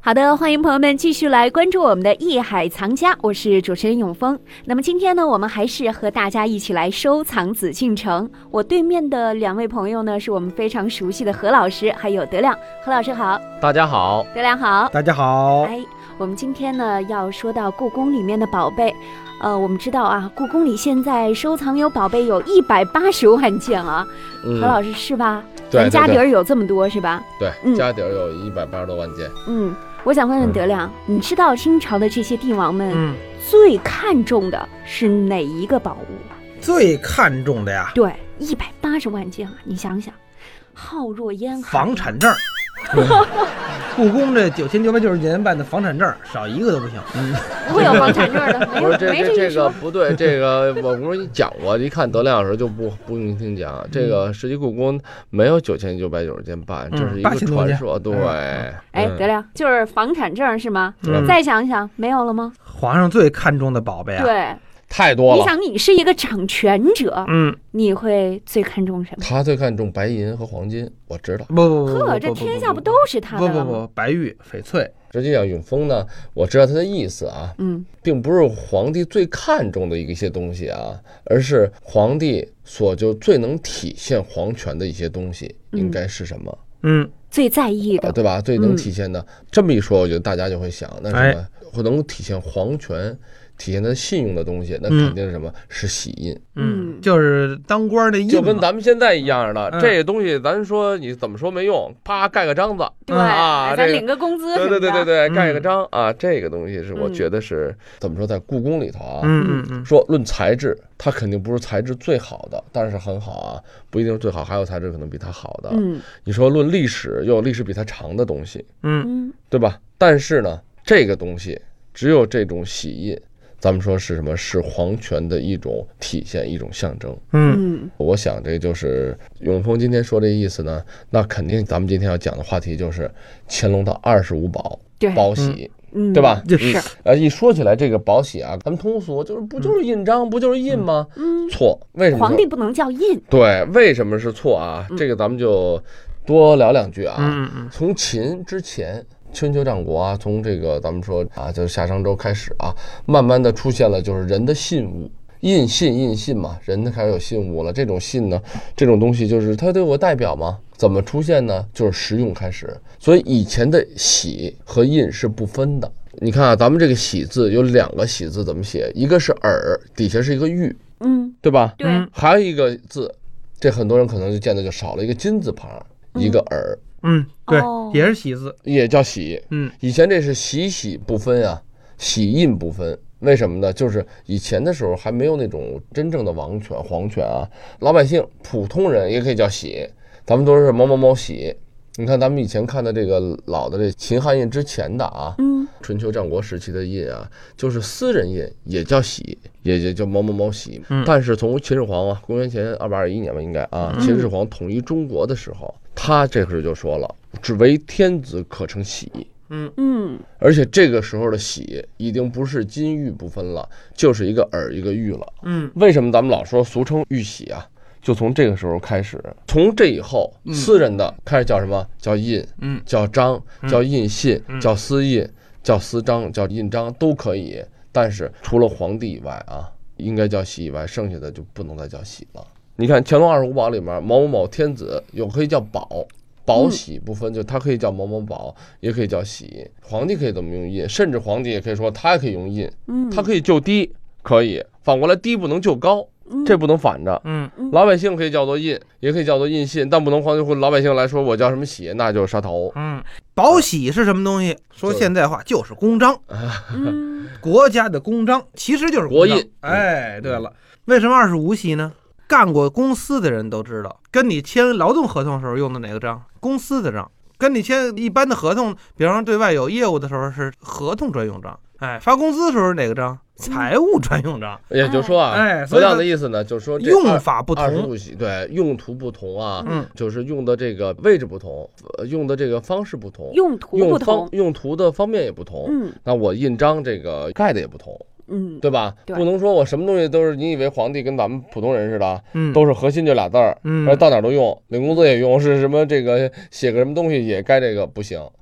好的，欢迎朋友们继续来关注我们的艺海藏家，我是主持人永峰。那么今天呢，我们还是和大家一起来收藏紫禁城。我对面的两位朋友呢，是我们非常熟悉的何老师，还有德亮。何老师好。 大家好。 德亮好。 大家好。 我们今天呢要说到故宫里面的宝贝。我们知道啊，故宫里现在收藏有宝贝有180万件啊。何老师是吧？ 对， 咱家底儿有这么多是吧？ 对，家底儿有180多万件。 我想问问德亮，你知道清朝的这些帝王们最看重的是哪一个宝物？ 最看重的呀？ 对，180万件啊！你想想，浩若烟海。 房产证。故宫这9990几年办的房产证少一个都不行。 不会有房产证的。 不是这个不对，这个我不是你讲过，一看德亮老师就不用听讲。这个实际故宫没有9990件办，这是一个传说。对。 德亮就是房产证是吗？再想想，没有了吗？ 皇上最看重的宝贝啊？ 对。 太多了。 你想，你是一个掌权者，你会最看重什么？ 他最看重白银和黄金，我知道。 不， 这天下不都是他的吗？ 不，白玉、翡翠。 实际上，永丰呢，我知道他的意思啊，并不是皇帝最看重的一些东西啊，而是皇帝所就最能体现皇权的一些东西，应该是什么？ 最在意的， 对吧？最能体现的。这么一说，我觉得大家就会想，那什么会能体现皇权？体现他信用的东西，那肯定是什么？是玺印。 就是当官的印， 就跟咱们现在一样的。这个东西，咱说你怎么说没用，啪盖个章子， 对啊，咱领个工资， 对，盖个章啊，这个东西是我觉得是怎么说，在故宫里头啊，说论材质，它肯定不是材质最好的，但是很好啊，不一定是最好，还有材质可能比它好的。你说论历史，又有历史比它长的东西，对吧？但是呢，这个东西只有这种玺印。咱们说是什么？是皇权的一种体现，一种象征。我想这就是永丰今天说这意思呢。那肯定咱们今天要讲的话题就是乾隆的25宝宝玺，对吧？一说起来这个宝玺啊，咱们通俗不就是印章，不就是印吗？错，为什么？ 皇帝不能叫印。 对，为什么是错啊？这个咱们就多聊两句啊。从秦之前。春秋战国啊，从这个咱们说啊，就是夏商周开始啊，慢慢的出现了就是人的信物，印信嘛，人开始有信物了。这种信呢，这种东西就是它都有个代表嘛。怎么出现呢？就是实用开始。所以以前的玺和印是不分的。你看啊，咱们这个玺字有2个玺字怎么写？一个是耳，底下是一个玉，对吧？ 对。 还有一个字，这很多人可能就见的就少了一个金字旁，一个耳。 对，也是玺字， 也叫玺。以前这是玺不分啊，玺印不分。为什么呢？就是以前的时候还没有那种真正的王权、皇权啊，老百姓、普通人也可以叫玺，咱们都是某某某玺。你看咱们以前看的这个老的这秦汉印之前的啊，春秋战国时期的印啊，就是私人印，也叫玺，也叫某某某玺。但是从秦始皇啊，公元前221年吧，应该啊，秦始皇统一中国的时候，他这时候就说了，只为天子可称玺。而且这个时候的玺已经不是金玉不分了，就是一个耳一个玉了。为什么咱们老说俗称玉玺啊？就从这个时候开始，从这以后，私人的开始叫什么？叫印，叫章，叫印信，叫私印，叫私章，叫印章都可以。但是除了皇帝以外啊，应该叫玺以外，剩下的就不能再叫玺了。你看乾隆25宝里面，某某某天子有可以叫宝。宝玺不分，就它可以叫某某宝，也可以叫玺。皇帝可以怎么用印，甚至皇帝也可以说他也可以用印，他可以就低，可以反过来低不能就高，这不能反着。老百姓可以叫做印，也可以叫做印信，但不能皇帝或老百姓来说我叫什么玺，那就是杀头。 宝玺是什么东西？说现在话就是公章，国家的公章其实就是国印。 对了，为什么25玺呢？干过公司的人都知道，跟你签劳动合同的时候用的哪个章？公司的章。跟你签一般的合同，比方说对外有业务的时候是合同专用章。发工资的时候是哪个章？财务专用章。 也就是说啊，这样的意思呢，就是说用法不同 ，25玺对，用途不同啊，就是用的这个位置不同，用的这个方式不同， 用途不同， 用途的方面也不同。那我印章这个盖的也不同。对吧？不能说我什么东西都是你以为皇帝跟咱们普通人似的，都是核心这俩字儿，到哪都用，领工资也用，是什么这个写个什么东西也该这个不行。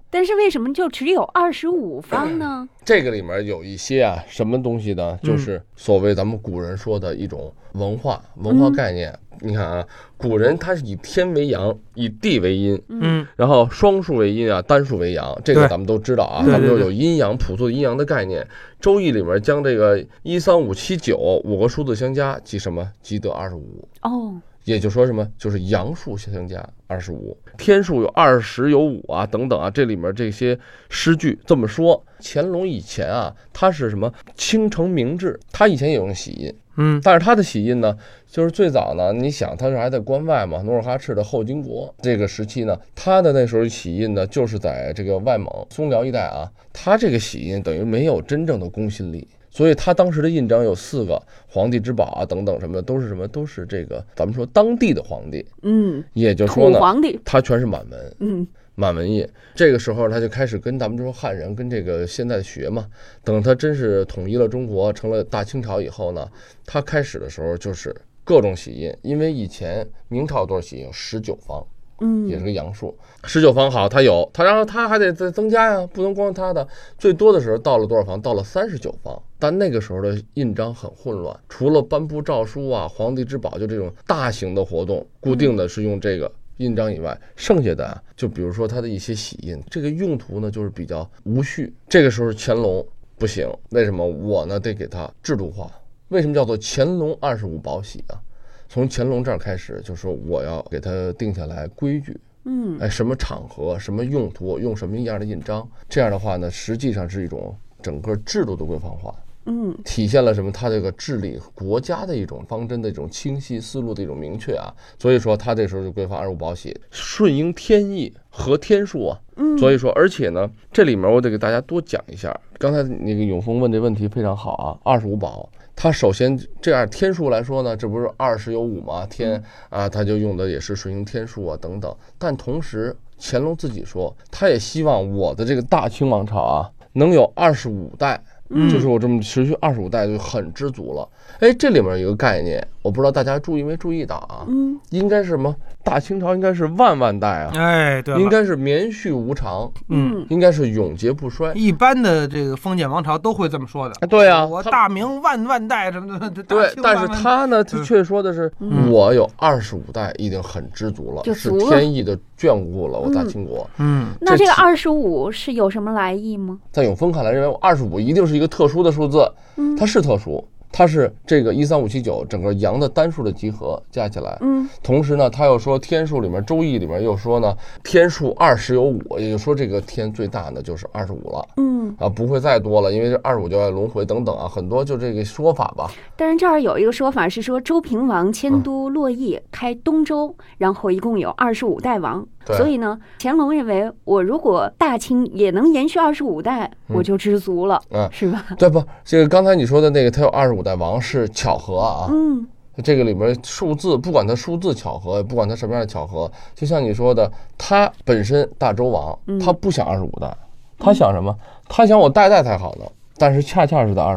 但是为什么就只有25方呢？ 这个里面有一些啊，什么东西呢？就是所谓咱们古人说的一种文化概念。你看啊，古人他是以天为阳，以地为阴，然后双数为阴啊，单数为阳，这个咱们都知道啊，咱们就有阴阳朴素的阴阳的概念。周易里面将这个1、3、5、7、9 5个数字相加，即什么？即得25。哦。也就说什么，就是阳数相加25，天数有20有5啊等等啊，这里面这些诗句这么说。乾隆以前啊，他是什么倾城明制，他以前也用喜印，但是他的喜印呢，就是最早呢，你想他是还在关外嘛，努尔哈赤的后金国这个时期呢，他的那时候喜印呢，就是在这个外蒙松辽一带啊，他这个喜印等于没有真正的公信力。所以他当时的印章有4个，皇帝之宝啊等等什么的，都是什么？都是这个咱们说当地的皇帝，也就是说呢， 皇帝他全是满文，满文印。这个时候他就开始跟咱们说汉人跟这个现在学嘛。等他真是统一了中国，成了大清朝以后呢，他开始的时候就是各种喜印，因为以前明朝多少喜印有19方。也是个阳数，19方好，他有他，然后他还得再增加呀，不能光他的。最多的时候到了多少方？到了39方。但那个时候的印章很混乱，除了颁布诏书啊、皇帝之宝就这种大型的活动，固定的是用这个印章以外，剩下的啊，就比如说他的一些喜印，这个用途呢就是比较无序。这个时候乾隆不行，为什么？我呢得给他制度化。为什么叫做乾隆25宝喜啊？从乾隆这儿开始，就说我要给他定下来规矩，什么场合、什么用途、用什么样的印章，这样的话呢，实际上是一种整个制度的规范化，体现了什么？他这个治理国家的一种方针的一种清晰思路的一种明确啊。所以说他这时候就规范25宝喜，顺应天意和天数啊。所以说，而且呢，这里面我得给大家多讲一下。刚才那个永峰问这问题非常好啊，25宝。它首先这样天数来说呢，这不是20有5吗？天啊，他就用的也是顺应天数啊等等。但同时，乾隆自己说，他也希望我的这个大清王朝啊，能有25代，就是我这么持续25代就很知足了。哎，这里面有一个概念，我不知道大家注意没注意到啊？应该是什么？大清朝应该是万代啊， 哎，对， 应该是绵续无常，应该是永劫不衰。 一般的这个封建王朝都会这么说的。 对啊， 我大明万代什么的。 对，但是他呢，他却说的是，我有25代已经很知足了，是天意的眷顾了我大清国。 那这个25是有什么来意吗？ 在永丰看来，认为25一定是一个特殊的数字，它是特殊。它是这个1、3、5、7、9整个阳的单数的集合加起来，同时呢，他又说天数里面，周易里面又说呢，天数20有5，也就是说这个天最大的就是25了，不会再多了，因为这25就要轮回等等啊，很多就这个说法吧。 但是这儿有一个说法是说，周平王迁都洛邑，开东周，然后一共有25代王，所以呢，乾隆认为我如果大清也能延续25代，我就知足了，是吧？ 对不？这个刚才你说的那个，他有25代王是巧合啊，这个里面数字，不管它数字巧合，不管它什么样的巧合，就像你说的，他本身大周王，他不想25代，他想什么？他想我代代才好呢，但是恰恰是在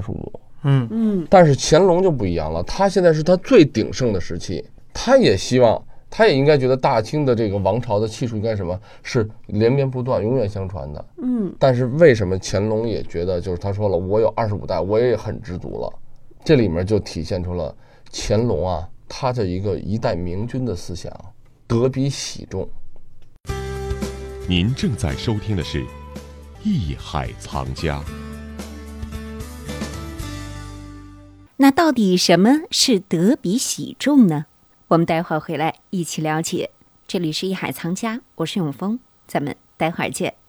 25。但是乾隆就不一样了，他现在是他最鼎盛的时期，他也希望，他也应该觉得大清的这个王朝的气数应该什么？是连绵不断、永远相传的。但是为什么乾隆也觉得，就是他说了，我有25代，我也很知足了。这里面就体现出了乾隆啊，他的一代明君的思想，德比喜重。 您正在收听的是《艺海藏家》。 那到底什么是德比喜重呢？我们待会儿回来一起了解。这里是艺海藏家，我是永峰，咱们待会儿见。